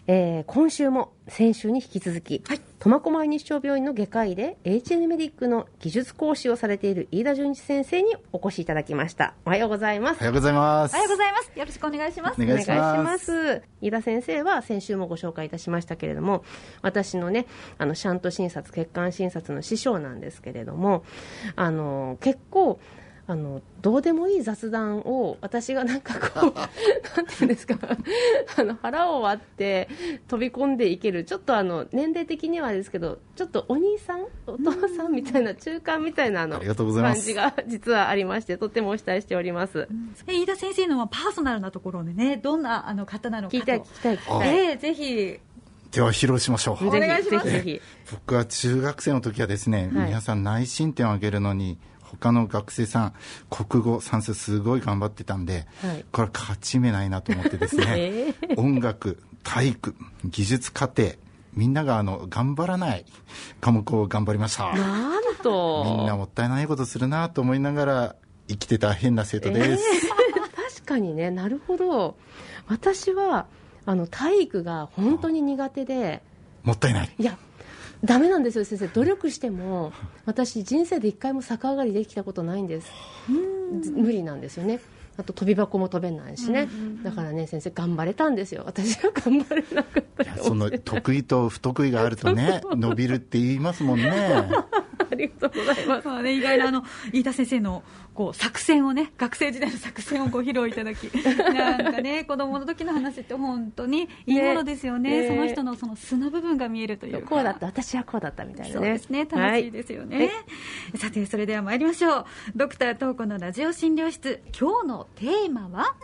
今週も先週に引き続き、苫小牧日照病院の外科医で HN メディックの技術講師をされている飯田純一先生にお越しいただきました。おはようございます。 おはようございます。 おはようございます。よろしくお願いします。 お願いします。 飯田先生は先週もご紹介いたしましたけれども、私のね、シャント診察、血管診察の師匠なんですけれども、結構どうでもいい雑談を私がなんかこうなんていうんですか腹を割って飛び込んでいける、ちょっと年齢的にはですけど、ちょっとお兄さんお父さんみたいな中間みたいな感じが実はありまして、とてもお慕いしております。 飯田先生のパーソナルなところでね、どんな方なのかと聞きたい、 ぜひでは披露しましょう。 お願いします。 ぜひ。 僕は中学生の時はですね、皆さん内申点を上げるのに他の学生さん国語算数すごい頑張ってたんで、これ勝ち目ないなと思ってですね、音楽、体育、技術課程、みんなが頑張らない科目を頑張りました。 なんとみんなもったいないことするなと思いながら生きてた変な生徒です。 確かにね、なるほど。私は体育が本当に苦手で、 もったいない。 いやダメなんですよ先生。努力しても私人生で一回も逆上がりできたことないんです。無理なんですよね。あと飛び箱も飛べないしね、だからね先生頑張れたんですよ。私は頑張れなかったよ。 その得意と不得意があるとね伸びるって言いますもんね。 ありがとうございます。 意外な飯田先生の作戦をね、学生時代の作戦をご披露いただきなんかね、子供の時の話って本当にいいものですよね。その人のその素の部分が見えるというか、 こうだった、私はこうだったみたいなね。 そうですね、楽しいですよね。さてそれでは参りましょう。ドクター東子のラジオ診療室、今日のテーマは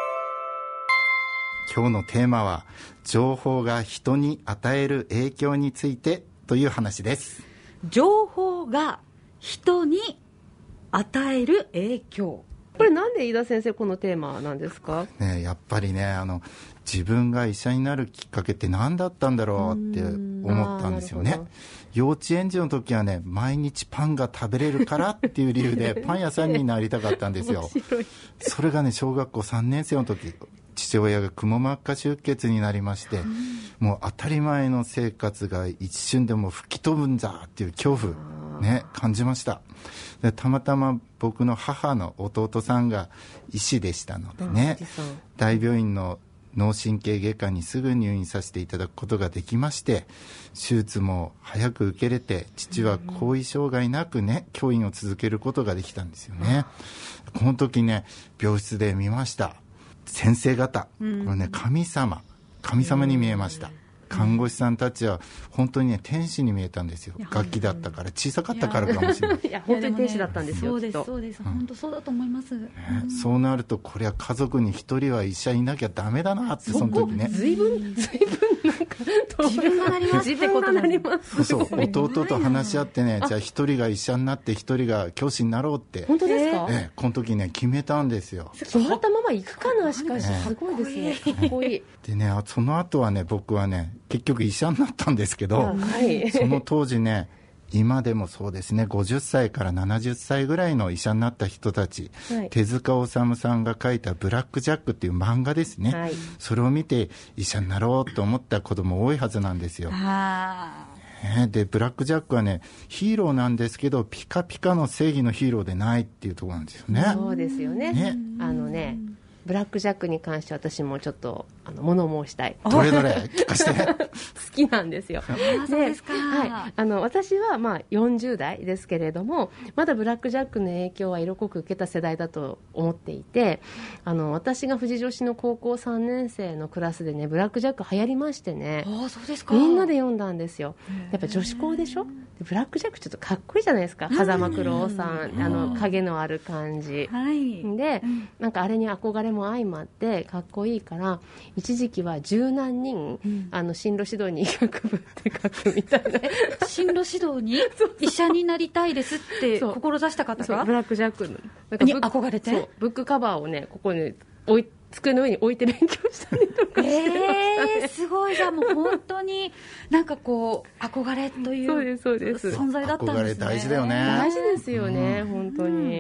情報が人に与える影響についてという話です。 情報が人に与える影響。 これなんで飯田先生このテーマなんですかね。やっぱりね、自分が医者になるきっかけって何だったんだろうって思ったんですよね。幼稚園児の時はね、毎日パンが食べれるからっていう理由でパン屋さんになりたかったんですよ。それがね、小学校3年生の時、父親がくも膜下出血になりまして、もう当たり前の生活が一瞬でも吹き飛ぶんだっていう恐怖ね、感じました。でたまたま僕の母の弟さんが医師でしたのでね、大病院の脳神経外科にすぐ入院させていただくことができまして、手術も早く受けれて、父は後遺障害なくね、教員を続けることができたんですよね。この時ね、病室で見ました。先生方、これね、神様に見えました。看護師さんたちは本当にね、天使に見えたんですよ。楽器だったから、小さかったからかもしれない。 いや本当に天使だったんですよ。 そうですそうです、本当そうだと思います。 そうなると、これは家族に一人は医者いなきゃダメだなって、その時ね、 随分なんか自分がなりますってことになります。 そう弟と話し合ってね、じゃあ一人が医者になって一人が教師になろうって。 本当ですか？ この時ね、決めたんですよ。 決まったまま行くかな。しかしすごいですね。かっこいい。 でね、その後はね、僕はね、結局医者になったんですけど、その当時ね、今でもそうですね、50歳から70歳ぐらいの医者になった人たち、手塚治虫さんが書いたブラックジャックっていう漫画ですね、それを見て医者になろうと思った子供多いはずなんですよ。でブラックジャックはね、ヒーローなんですけど、ピカピカの正義のヒーローでないっていうところなんですよね。 そうですよね。ブラックジャックに関して私もちょっと物申したい。 どれ聞かせて。 好きなんですよ。 そうですか。 私は40代ですけれども、まだブラックジャックの影響は色濃く受けた世代だと思っていて、私が富士女子の高校3年生のクラスでね、ブラックジャック流行りましてね、 そうですか。 みんなで読んだんですよ。やっぱ女子校でしょ。ブラックジャックちょっとかっこいいじゃないですか。風間九郎さん、影のある感じ、で、なんかあれに憧れも相まってかっこいいから、一時期は十何人、進路指導に医学部って書くみたいな。 進路指導に医者になりたいですって志した方がブラックジャックに憧れて、 そうブックカバーをね、ここに机の上に置いて勉強したりとかしてましたね。 すごい。じゃあもう本当になんかこう憧れというそうです存在だったんですね。 憧れ大事だよね。 大事ですよね、本当に。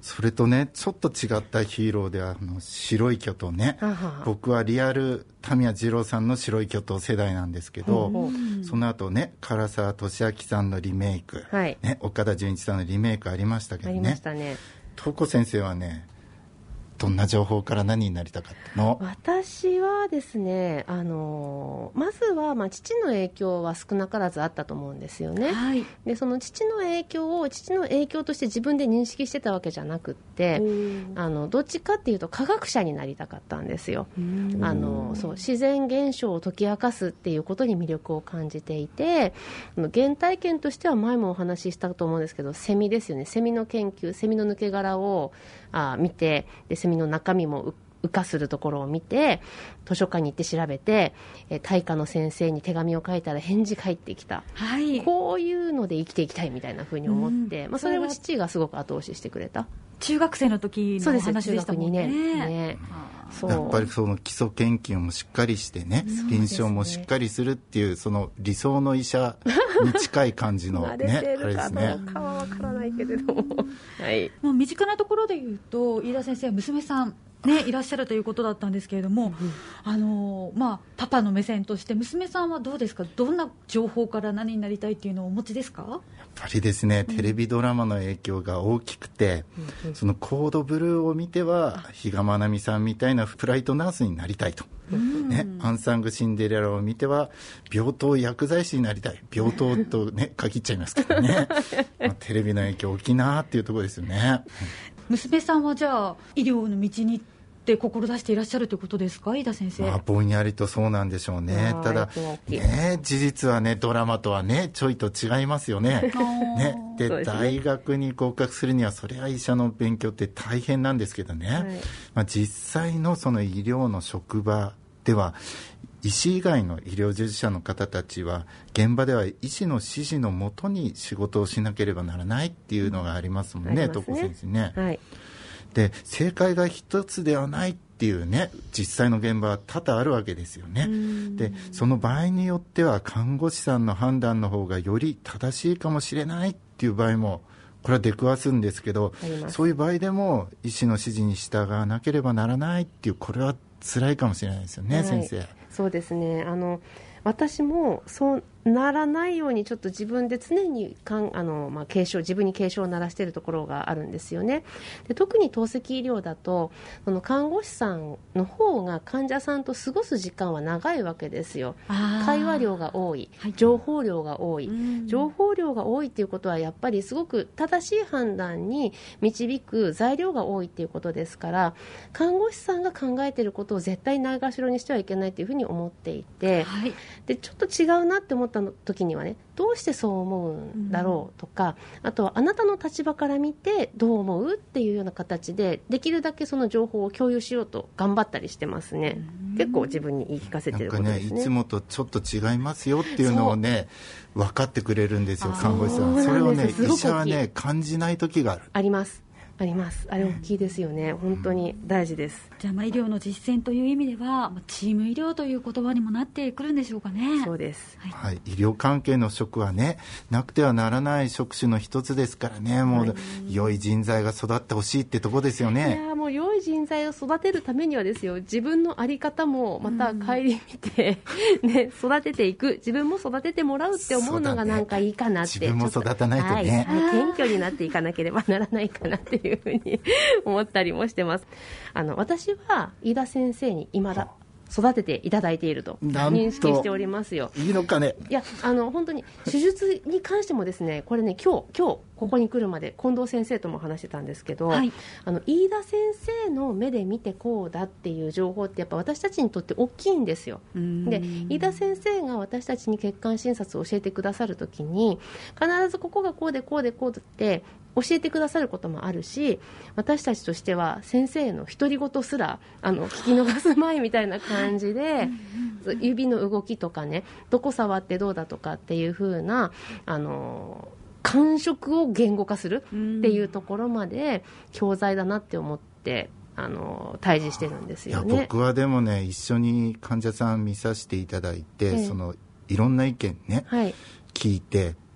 それとねちょっと違ったヒーローで白い巨頭ね、僕はリアル田宮二郎さんの白い巨頭世代なんですけど、その後ね唐沢寿明さんのリメイク、ね、岡田准一さんのリメイクありましたけどね。 ありましたね。 東子先生はねどんな情報から何になりたかったの？ 私はですね、まずは、父の影響は少なからずあったと思うんですよね、でその父の影響として自分で認識してたわけじゃなくって、どっちかっていうと科学者になりたかったんですよ。そう自然現象を解き明かすっていうことに魅力を感じていて、原体験としては前もお話ししたと思うんですけど、セミですよね。セミの研究、セミの抜け殻を見て、でセミの中身も羽化するところを見て、図書館に行って調べて、大科の先生に手紙を書いたら返事返ってきた、こういうので生きていきたいみたいな風に思って、それを父がすごく後押ししてくれた。 中学生の時のお話でしたもんね。 中学2年ね。 やっぱりその基礎研究もしっかりしてね、臨床もしっかりするっていうその理想の医者に近い感じのね慣れてるかどうかはわからないけれども、 もう身近なところで言うと飯田先生は娘さんいらっしゃるということだったんですけれども、パパの目線として娘さんはどうですか？どんな情報から何になりたいっていうのをお持ちですか？ やっぱりですね、テレビドラマの影響が大きくて、そのコードブルーを見ては比嘉愛未さんみたいなフライトナースになりたいと、アンサングシンデレラを見ては病棟薬剤師になりたい、病棟とね限っちゃいますけどねテレビの影響大きいなっていうところですよね。 娘さんはじゃあ医療の道にって志していらっしゃるということですか、飯田先生？ ぼんやりとそうなんでしょうね。ただね、事実はねドラマとはねちょいと違いますよねで大学に合格するにはそれは医者の勉強って大変なんですけどね、実際のその医療の職場では医師以外の医療従事者の方たちは現場では医師の指示のもとに仕事をしなければならないっていうのがありますもんね、東子先生ね。で正解が一つではないっていうね実際の現場は多々あるわけですよね。でその場合によっては看護師さんの判断の方がより正しいかもしれないっていう場合もこれは出くわすんですけど、そういう場合でも医師の指示に従わなければならないっていう、これは辛いかもしれないですよね、先生。 そうですね。私もそうならないようにちょっと自分で常に自分に警鐘を鳴らしているところがあるんですよね。で特に透析医療だとその看護師さんの方が患者さんと過ごす時間は長いわけですよ。会話量が多い、情報量が多い、情報量が多いということはやっぱりすごく正しい判断に導く材料が多いということですから、看護師さんが考えていることを絶対ないがしろにしてはいけないというふうに思っていて、でちょっと違うなって思った時にはね、どうしてそう思うんだろうとか、あとはあなたの立場から見てどう思うっていうような形でできるだけその情報を共有しようと頑張ったりしてますね。結構自分に言い聞かせてることですね。 いつもとちょっと違いますよっていうのをね分かってくれるんですよ、看護師さん。それをね医者はね感じない時がある。ありますあれ大きいですよね。本当に大事です。 じゃあ医療の実践という意味ではチーム医療という言葉にもなってくるんでしょうかね。 そうです、 医療関係の職はねなくてはならない職種の一つですからね。もう、良い人材が育ってほしいってとこですよね。 いやもう良い人材を育てるためにはですよ、自分の在り方もまた顧みて、育てていく、自分も育ててもらうって思うのがなんかいいかなって、 自分も育たないとね、 謙虚になっていかなければならないかなっていうふうに思ったりもしてます。私は飯田先生に未だ育てていただいていると認識しておりますよ。 いいのかね。 いや本当に手術に関してもですね、これね今日ここに来るまで近藤先生とも話してたんですけど、飯田先生の目で見てこうだっていう情報ってやっぱ私たちにとって大きいんですよ。で飯田先生が私たちに血管診察を教えてくださるときに必ずここがこうでこうでこうって教えてくださることもあるし、私たちとしては先生の独り言すら聞き逃すまいみたいな感じで指の動きとかね、どこ触ってどうだとかっていう風な感触を言語化するっていうところまで教材だなって思って対峙してるんですよね。 いや僕はでもね一緒に患者さん見させていただいて、そのいろんな意見ね、聞いて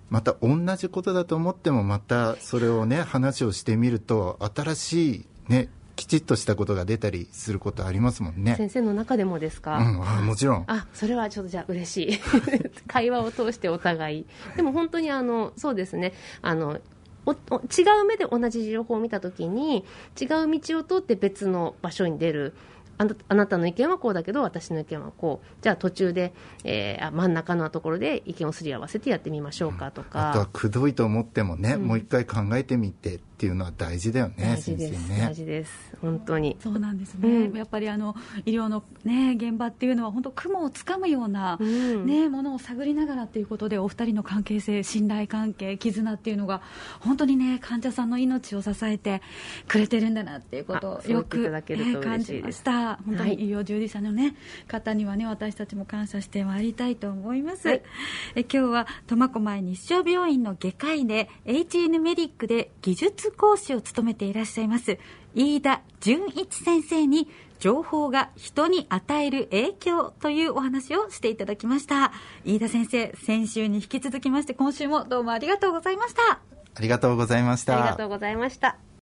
また同じことだと思ってもまたそれをね話をしてみると新しいねきちっとしたことが出たりすることありますもんね。 先生の中でもですか？ もちろん。 それはちょっとじゃあ嬉しい会話を通してお互いでも本当にそうですね、違う目で同じ情報を見たときに違う道を通って別の場所に出る。あなたの意見はこうだけど私の意見はこう、じゃあ途中で、真ん中のところで意見をすり合わせてやってみましょうかとか、 あとはくどいと思ってもね、もう一回考えてみてっていうのは大事だよね。 大事です、 先生ね。 大事です本当に。 そうなんですね、やっぱり医療の、ね、現場っていうのは本当雲をつかむような、ね、ものを探りながらということでお二人の関係性、信頼関係、絆っていうのが本当にね患者さんの命を支えてくれてるんだなっていうことをよく感じました。本当に医療従事者の、ね、方には、ね、私たちも感謝してまいりたいと思います。今日は苫小牧日照病院の外科医で HN メディックで技術講師を務めていらっしゃいます飯田純一先生に情報が人に与える影響というお話をしていただきました。飯田先生、先週に引き続きまして今週もどうもありがとうございました。 ありがとうございました。 ありがとうございました。